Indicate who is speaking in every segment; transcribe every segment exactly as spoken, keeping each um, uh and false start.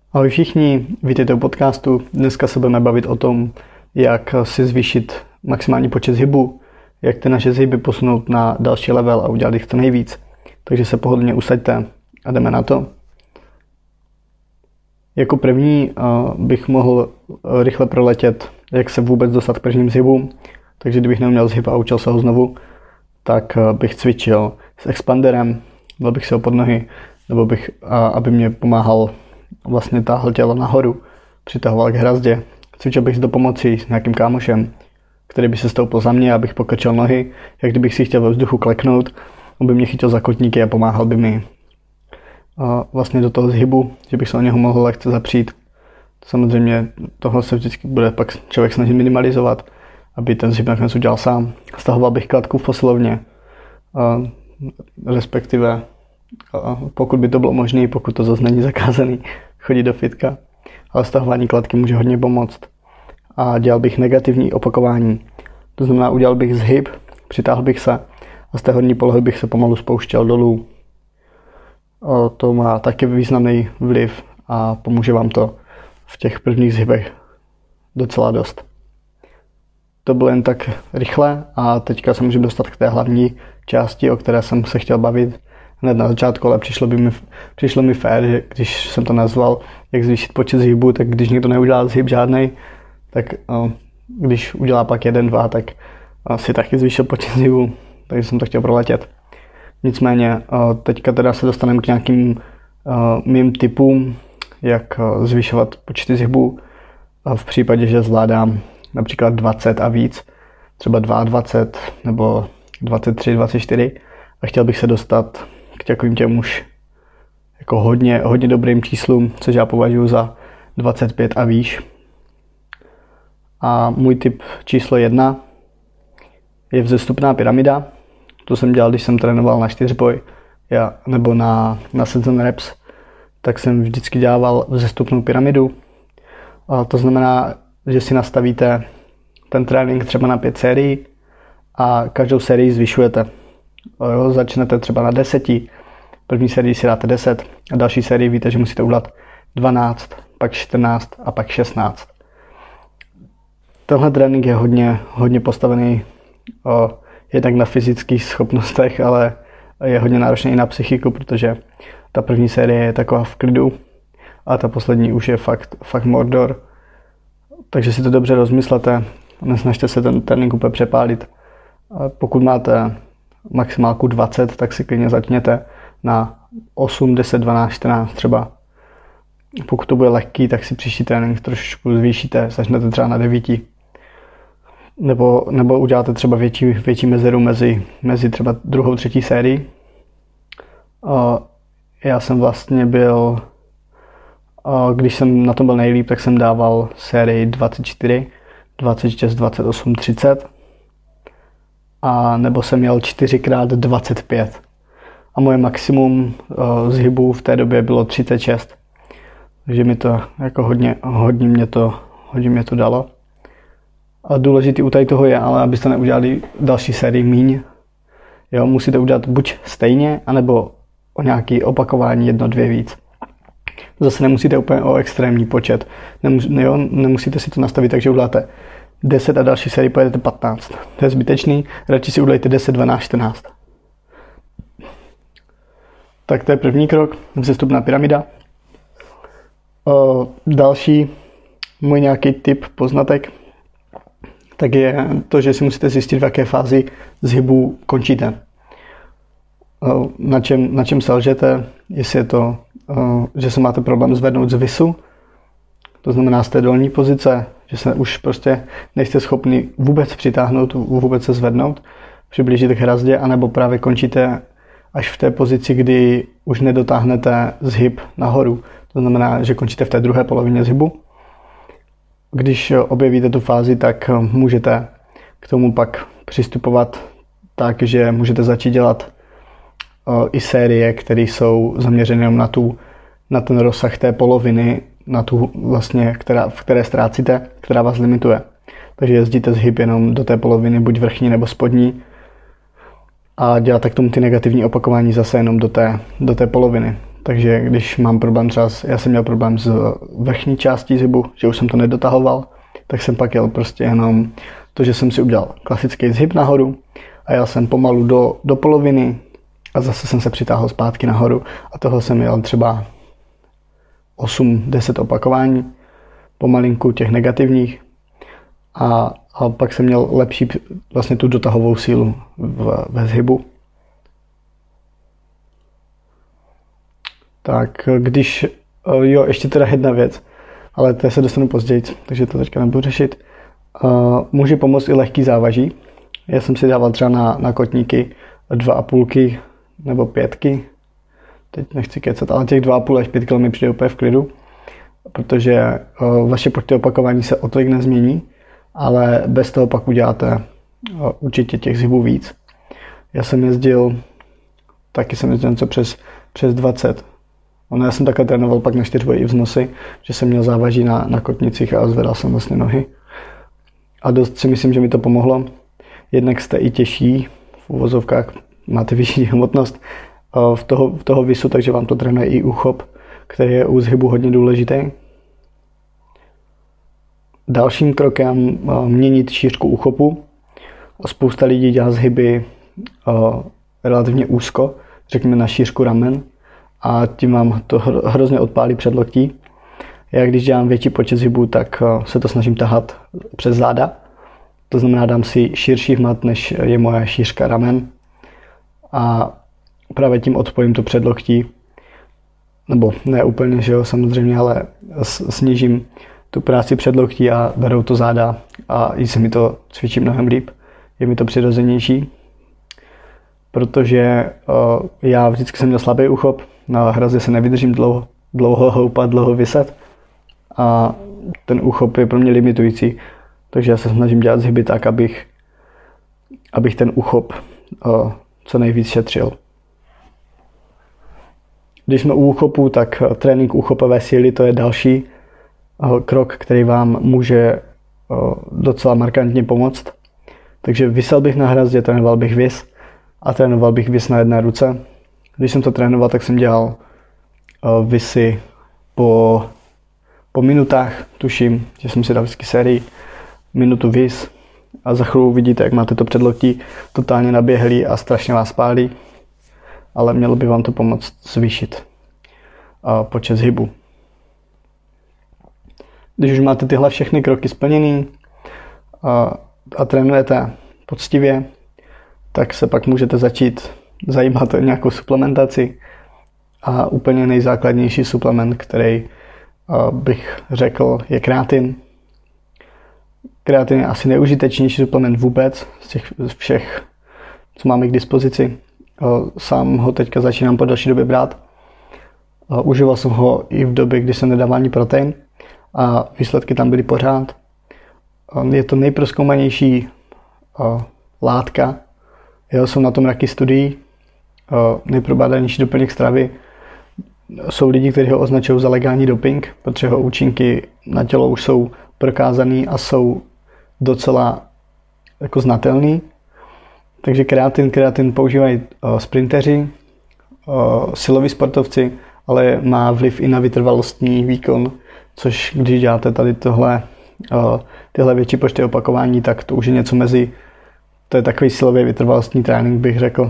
Speaker 1: Ahoj všichni, vítejte u podcastu. Dneska se budeme bavit o tom, jak si zvýšit maximální počet zhybů, jak ty naše zhyby posunout na další level a udělat jich co nejvíc. Takže se pohodlně usaďte a jdeme na to. Jako první bych mohl rychle proletět, jak se vůbec dostat k prvním zhybům. Takže kdybych neuměl zhyb a učil se ho znovu, tak bych cvičil s expanderem, dal bych si ho pod nohy, nebo bych, aby mě pomáhal, vlastně táhl tělo nahoru, přitahoval k hrazdě. Cvičil bych s dopomocí s nějakým kámošem, který by se stoupil za mě, abych pokrčil nohy, jak kdybych si chtěl ve vzduchu kleknout, on by mě chytil za kotníky a pomáhal by mi vlastně do toho zhybu, že bych se o něho mohl lehce zapřít. Samozřejmě tohle se vždycky bude pak člověk snažit minimalizovat, aby ten zhyb nakonec udělal sám. Stahoval bych kladku v posilovně, respektive pokud by to bylo možné, pokud to zase není zakázaný chodit do fitka, ale stahování kladky může hodně pomoct. A dělal bych negativní opakování. To znamená, udělal bych zhyb, přitáhl bych se a z té horní polohy bych se pomalu spouštěl dolů. To má taky významný vliv a pomůže vám to v těch prvních zhybech docela dost. To bylo jen tak rychle a teďka se můžeme dostat k té hlavní části, o které jsem se chtěl bavit hned na začátku, ale přišlo, by mi, přišlo mi fér, že když jsem to nazval, jak zvýšit počet zhybů, tak když někdo neudělá zhyb žádnej, tak když udělá pak jeden, dva, tak si taky zvýšil počet zhybů, takže jsem to chtěl proletět. Nicméně teďka teda se dostaneme k nějakým mým tipům, jak zvyšovat počty zhybů v případě, že zvládám například dvacet a víc, třeba dvacet dva nebo dvacet tři, dvacet čtyři a chtěl bych se dostat k takovým těm už jako hodně, hodně dobrým číslům, což já považuji za dvacet pět a výš. A můj tip číslo jedna je vzestupná pyramida. To jsem dělal, když jsem trénoval na čtyřboj já, nebo na, na sets and reps, tak jsem vždycky dělal vzestupnou pyramidu. A to znamená, že si nastavíte ten trénink třeba na pět sérií a každou sérii zvyšujete. Jo, začnete třeba na deseti, první sérii si dáte deset a další sérii víte, že musíte udělat dvanáct, pak čtrnáct a pak šestnáct. Tenhle trénink je hodně, hodně postavený o, jednak na fyzických schopnostech, ale je hodně náročný i na psychiku, protože ta první série je taková v klidu a ta poslední už je fakt, fakt mordor. Takže si to dobře rozmyslete, nesnažte se ten trénink úplně přepálit. Pokud máte maximálku dvacet, tak si klidně začněte na osm, deset, dvanáct, čtrnáct třeba. Pokud to bude lehký, tak si příští trénink trošičku zvýšíte, začnete třeba na devět. Nebo, nebo uděláte třeba větší, větší mezeru mezi, mezi třeba druhou, třetí sérií. Já jsem vlastně byl, když jsem na tom byl nejlíp, tak jsem dával sérii dvacet čtyři, dvacet šest, dvacet osm, třicet. A nebo jsem měl čtyři krát dvacet pět. A moje maximum uh, zhybů v té době bylo třicet šest. Takže mi to jako hodně, hodně mě to, hodně mě to dalo. A důležitý u tady toho je, ale abyste neudělali další sérii míň. Jo, musíte udělat buď stejně, anebo o nějaké opakování jedno, dvě víc. Zase nemusíte úplně o extrémní počet. Nemus, jo, nemusíte si to nastavit, takže uděláte deset a další sérii pojedete patnáct. To je zbytečný, radši si udělejte deset, dvanáct, čtrnáct. Tak to je první krok, vzestupná pyramida. O, další můj nějaký tip, poznatek, tak je to, že si musíte zjistit, v jaké fázi zhybu končíte. O, na čem, na čem selžete, jestli je to, o, že se máte problém zvednout z visu, to znamená z té dolní pozice, že se už prostě nejste schopni vůbec přitáhnout, vůbec se zvednout, přiblížit k hrazdě, anebo právě končíte až v té pozici, kdy už nedotáhnete zhyb nahoru. To znamená, že končíte v té druhé polovině zhybu. Když objevíte tu fázi, tak můžete k tomu pak přistupovat tak, že můžete začít dělat i série, které jsou zaměřené jenom na, tu, na ten rozsah té poloviny, na tu vlastně, která, v které ztrácíte, která vás limituje. Takže jezdíte zhyb jenom do té poloviny, buď vrchní nebo spodní, a děláte k tomu ty negativní opakování zase jenom do té, do té poloviny. Takže když mám problém třeba, já jsem měl problém s vrchní částí zhybu, že už jsem to nedotahoval, tak jsem pak jel prostě jenom to, že jsem si udělal klasický zhyb nahoru a jel jsem pomalu do, do poloviny a zase jsem se přitáhl zpátky nahoru a toho jsem jel třeba osm deset opakování, pomalinku těch negativních a, a pak jsem měl lepší vlastně tu dotahovou sílu v, ve zhybu. Tak když, jo, ještě teda jedna věc, ale to se dostanu později, takže to teďka nebudu řešit. Uh, může pomoct i lehký závaží. Já jsem si dával třeba na, na kotníky dva a půlky nebo pětky. Teď nechci kecat, ale těch dva a půl až pět kilo mi přijde úplně v klidu, protože uh, vaše protiopakování se o tolik nezmění, ale bez toho pak uděláte uh, určitě těch zhybů víc. Já jsem jezdil, taky jsem jezdil něco přes, přes dvacet. Ono, já jsem takhle trénoval pak na čtyřboji i vznosy, že jsem měl závaží na, na kotnicích a zvedal jsem vlastně nohy. A dost si myslím, že mi to pomohlo. Jednak jste i těžší, v uvozovkách máte vyšší hmotnost v toho, v toho visu, takže vám to trénuje i úchop, který je u zhybu hodně důležitý. Dalším krokem měnit šířku úchopu. Spousta lidí dělá zhyby relativně úzko, řekněme na šířku ramen, a tím vám to hrozně odpálí předloktí. Já když dělám větší počet zhybů, tak se to snažím tahat přes záda. To znamená, dám si širší hmat, než je moje šířka ramen. A právě tím odpojím to předloktí. Nebo ne úplně, že jo, samozřejmě, ale snížím tu práci předloktí a berou to záda a i se mi to cvičí mnohem líp. Je mi to přirozenější. Protože uh, já vždycky jsem měl slabý úchop, na hraze se nevydržím dlouho, dlouho houpat, dlouho vyset a ten úchop je pro mě limitující, takže já se snažím dělat zhyby tak, abych, abych ten úchop uh, co nejvíc šetřil. Když jsme u úchopu, tak trénink úchopové síly, to je další uh, krok, který vám může uh, docela markantně pomoct. Takže visel bych na hrazdě, trénoval bych vis a trénoval bych vis na jedné ruce. Když jsem to trénoval, tak jsem dělal uh, visy po, po minutách, tuším, že jsem si dal vždycky sérii, minutu vis a za chvíli vidíte, jak máte to předloktí totálně naběhlý a strašně vás pálí, ale mělo by vám to pomoct zvýšit uh, počet zhybů. Když už máte tyhle všechny kroky splněný uh, a trénujete poctivě, tak se pak můžete začít zajímat o nějakou suplementaci. A úplně nejzákladnější suplement, který uh, bych řekl, je kreatin. Kreatin je asi nejužitečnější suplement vůbec z těch všech, co máme k dispozici. Uh, sám ho teďka začínám po další době brát. Uh, užíval jsem ho i v době, kdy jsem nedával ani protein a výsledky tam byly pořád. Uh, je to nejprozkoumanější uh, látka. Jo, jsou na tom raky studií. Uh, nejprobádanější doplněk stravy. Jsou lidi, kteří ho označují za legální doping, protože jeho účinky na tělo už jsou prokázaný a jsou docela jako znatelný. Takže kreatin, kreatin používají uh, sprinteři, uh, siloví sportovci, ale má vliv i na vytrvalostní výkon, což když děláte tady tohle, uh, tyhle větší počty opakování, tak to už je něco mezi, to je takový silový vytrvalostní trénink, bych řekl.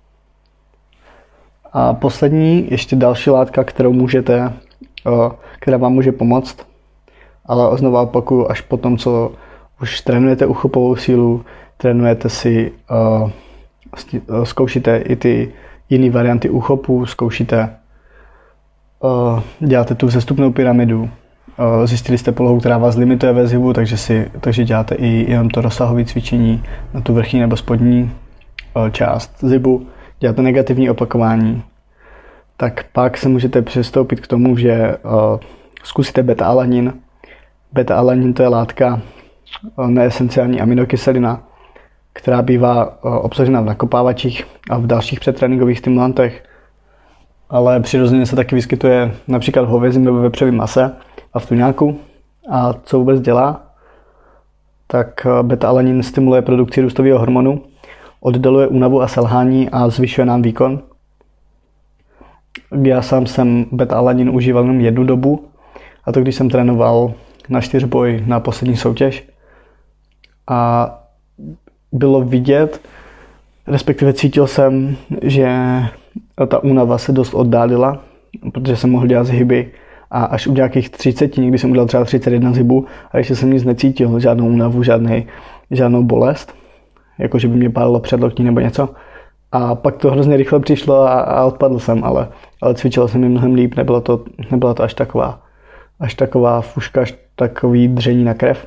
Speaker 1: A poslední, ještě další látka, kterou můžete, která vám může pomoct, ale znovu opakuju, až po tom, co už trénujete uchopovou sílu, trénujete si, zkoušíte i ty jiné varianty úchopu, zkoušíte, děláte tu vzestupnou pyramidu, zjistili jste polohu, která vás limituje ve zhybu, takže, si, takže děláte i jenom to rozsahové cvičení na tu vrchní nebo spodní část zhybu, děláte negativní opakování, tak pak se můžete přistoupit k tomu, že uh, zkusíte beta-alanin. Beta-alanin to je látka, uh, neesenciální aminokyselina, která bývá uh, obsažena v nakopávačích a v dalších předtréninkových stimulantech, ale přirozeně se taky vyskytuje například v hovězím nebo vepřovém mase a v tuňáku. A co vůbec dělá? Tak uh, beta-alanin stimuluje produkci růstového hormonu, oddaluje únavu a selhání a zvyšuje nám výkon. Já sám jsem beta-alanin užíval jenom jednu dobu, a to když jsem trénoval na čtyřboj na poslední soutěž. A bylo vidět, respektive cítil jsem, že ta únava se dost oddálila, protože jsem mohl dělat zhyby a až u nějakých třicet, někdy jsem udělal třeba třicet jedna zhybů a ještě jsem nic necítil, žádnou únavu, žádnej, žádnou bolest, jako že by mě pálilo předloktí nebo něco. A pak to hrozně rychle přišlo a, a odpadl jsem, ale, ale cvičil jsem mi mnohem líp, nebylo to, nebyla to až taková, až taková fuška, až takový dření na krev.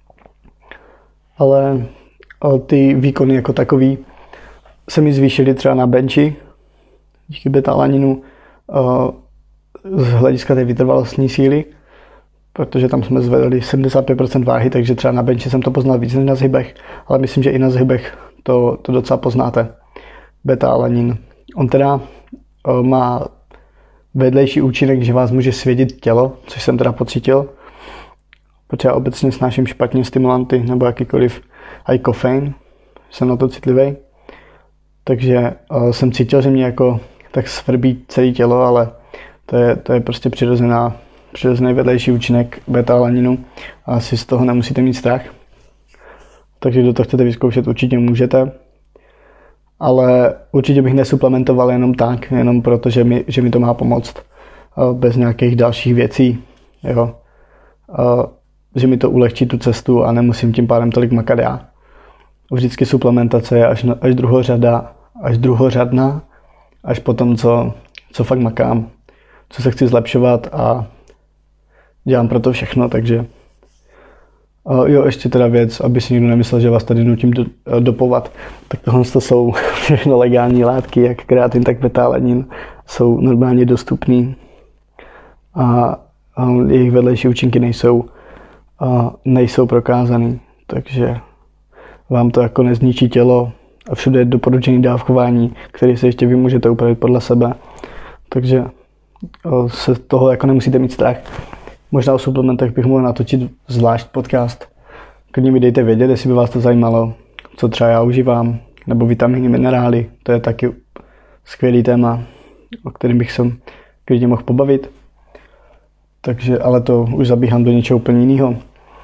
Speaker 1: Ale, ale ty výkony jako takový se mi zvýšily třeba na benchi díky beta-alaninu z hlediska té vytrvalostní síly, protože tam jsme zvedli sedmdesát pět procent váhy, takže třeba na benchi jsem to poznal víc než na zhybech, ale myslím, že i na zhybech to, to docela poznáte. Beta-alanin. On teda má vedlejší účinek, že vás může svědit tělo, což jsem teda pocítil, protože já obecně snáším špatně stimulanty nebo jakýkoliv, i kofein, jsem na to citlivý. Takže uh, jsem cítil, že mě jako tak svrbí celé tělo, ale to je, to je prostě přirozená, přirozený vedlejší účinek beta-alaninu a asi z toho nemusíte mít strach. Takže kdo to chcete vyzkoušet, určitě můžete. Ale určitě bych nesuplementoval jenom tak, jenom proto, že mi, že mi to má pomoct uh, bez nějakých dalších věcí. Jo. Uh, že mi to ulehčí tu cestu a nemusím tím pádem tolik makat já. Vždycky suplementace je až, až druhořada, až druhořadná, až potom, co, co fakt makám, co se chci zlepšovat a dělám pro to všechno, takže uh, jo, ještě teda věc, aby si někdo nemyslel, že vás tady nutím do, dopovat, tak tohle to jsou všechno legální látky, jak kreatin, tak beta-alanin, jsou normálně dostupný a, a jejich vedlejší účinky nejsou, a nejsou prokázaný, takže vám to jako nezničí tělo a všude je doporučený dávkování, který se ještě vy můžete upravit podle sebe, takže se toho jako nemusíte mít strach. Možná o suplementech bych mohl natočit zvlášť podcast. Klidně mi dejte vědět, jestli by vás to zajímalo, co třeba já užívám, nebo vitamíny, minerály, to je taky skvělý téma, o kterém bych se klidně mohl pobavit. Takže, ale to už zabíhám do něčeho úplně jiného.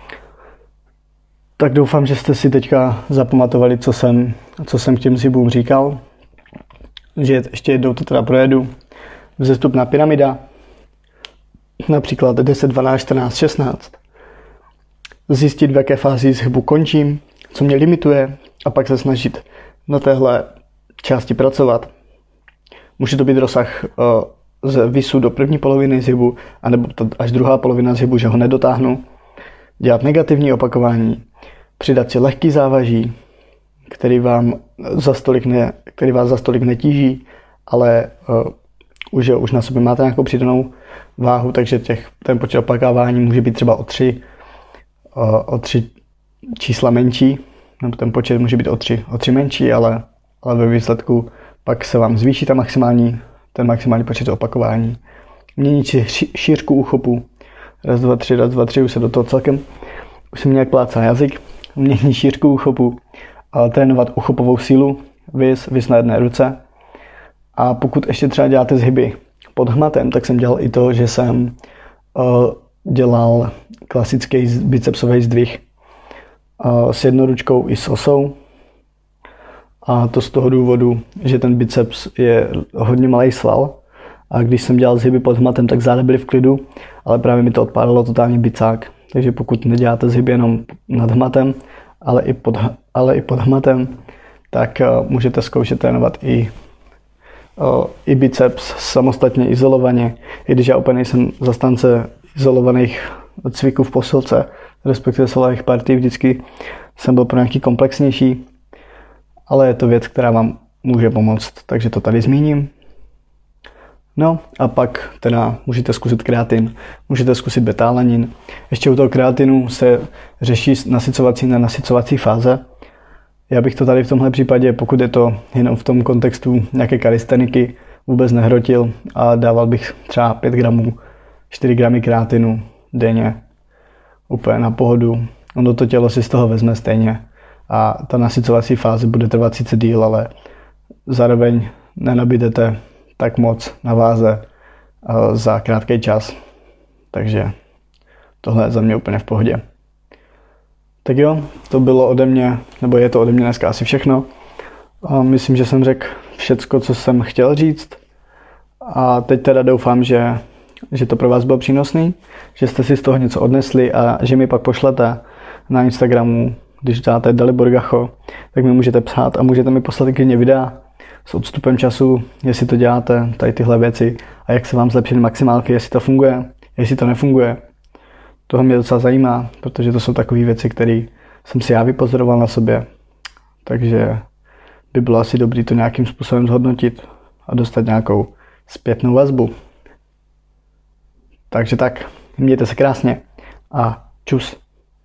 Speaker 1: Tak doufám, že jste si teďka zapamatovali, co jsem, co jsem k těm zhybům říkal. Že ještě jednou to teda projedu. Vzestupná pyramida, například deset, dvanáct, čtrnáct, šestnáct. Zjistit, v jaké fázi zhybu končím, co mě limituje a pak se snažit na téhle části pracovat. Může to být rozsah uh, z visu do první poloviny zhybu, anebo až druhá polovina zhybu, že ho nedotáhnu. Dělat negativní opakování, přidat si lehký závaží, který, vám za stolik ne, který vás za stolik netíží, ale uh, už, je, už na sobě máte nějakou přidanou váhu, takže těch, ten počet opakování může být třeba o tři, uh, o tři čísla menší, nebo ten počet může být o tři, o tři menší, ale, ale ve výsledku pak se vám zvýší ta maximální, ten maximální počet opakování. Měnit šířku úchopu, raz, dva, tři, raz, dva, tři, už se do toho celkem, už se mě jak plácá jazyk, měnit šířku úchopu, a trénovat uchopovou sílu, vis, vis na jedné ruce. A pokud ještě třeba děláte zhyby pod hmatem, tak jsem dělal i to, že jsem uh, dělal klasický bicepsový zdvih uh, s jednoručkou i s osou. A to z toho důvodu, že ten biceps je hodně malý sval. A když jsem dělal zhyby pod hmatem, tak záda byly v klidu, ale právě mi to odpálilo totálně bicák. Takže pokud neděláte zhyby jenom nad hmatem, ale i pod, ale i pod hmatem, tak uh, můžete zkoušet trénovat i, uh, i biceps samostatně, izolovaně. I když já úplně nejsem zastánce izolovaných cviků v posilce, respektive silových partí, vždycky jsem byl pro nějaký komplexnější, ale je to věc, která vám může pomoct, takže to tady zmíním. No a pak teda můžete zkusit kreatin, můžete zkusit beta-alanin. Ještě u toho kreatinu se řeší nasycovací na nasycovací fáze. Já bych to tady v tomhle případě, pokud je to jenom v tom kontextu nějaké kalisteniky, vůbec nehrotil a dával bych třeba pět gramů, čtyři gramy kreatinu denně. Úplně na pohodu. Ono to tělo si z toho vezme stejně. A ta nasycovací fáze bude trvat sice díl, ale zároveň nenabídete tak moc na váze za krátký čas. Takže tohle je za mě úplně v pohodě. Tak jo, to bylo ode mě, nebo je to ode mě dneska asi všechno. A myslím, že jsem řekl všecko, co jsem chtěl říct. A teď teda doufám, že, že to pro vás bylo přínosný, že jste si z toho něco odnesli a že mi pak pošlete na Instagramu, když dáte Dalibor Gacho, tak mi můžete psát a můžete mi poslat klidně videa s odstupem času, jestli to děláte, tady tyhle věci a jak se vám zlepšit maximálky, jestli to funguje, jestli to nefunguje. Toho mě docela zajímá, protože to jsou takové věci, které jsem si já vypozoroval na sobě. Takže by bylo asi dobré to nějakým způsobem zhodnotit a dostat nějakou zpětnou vazbu. Takže tak, mějte se krásně a čus.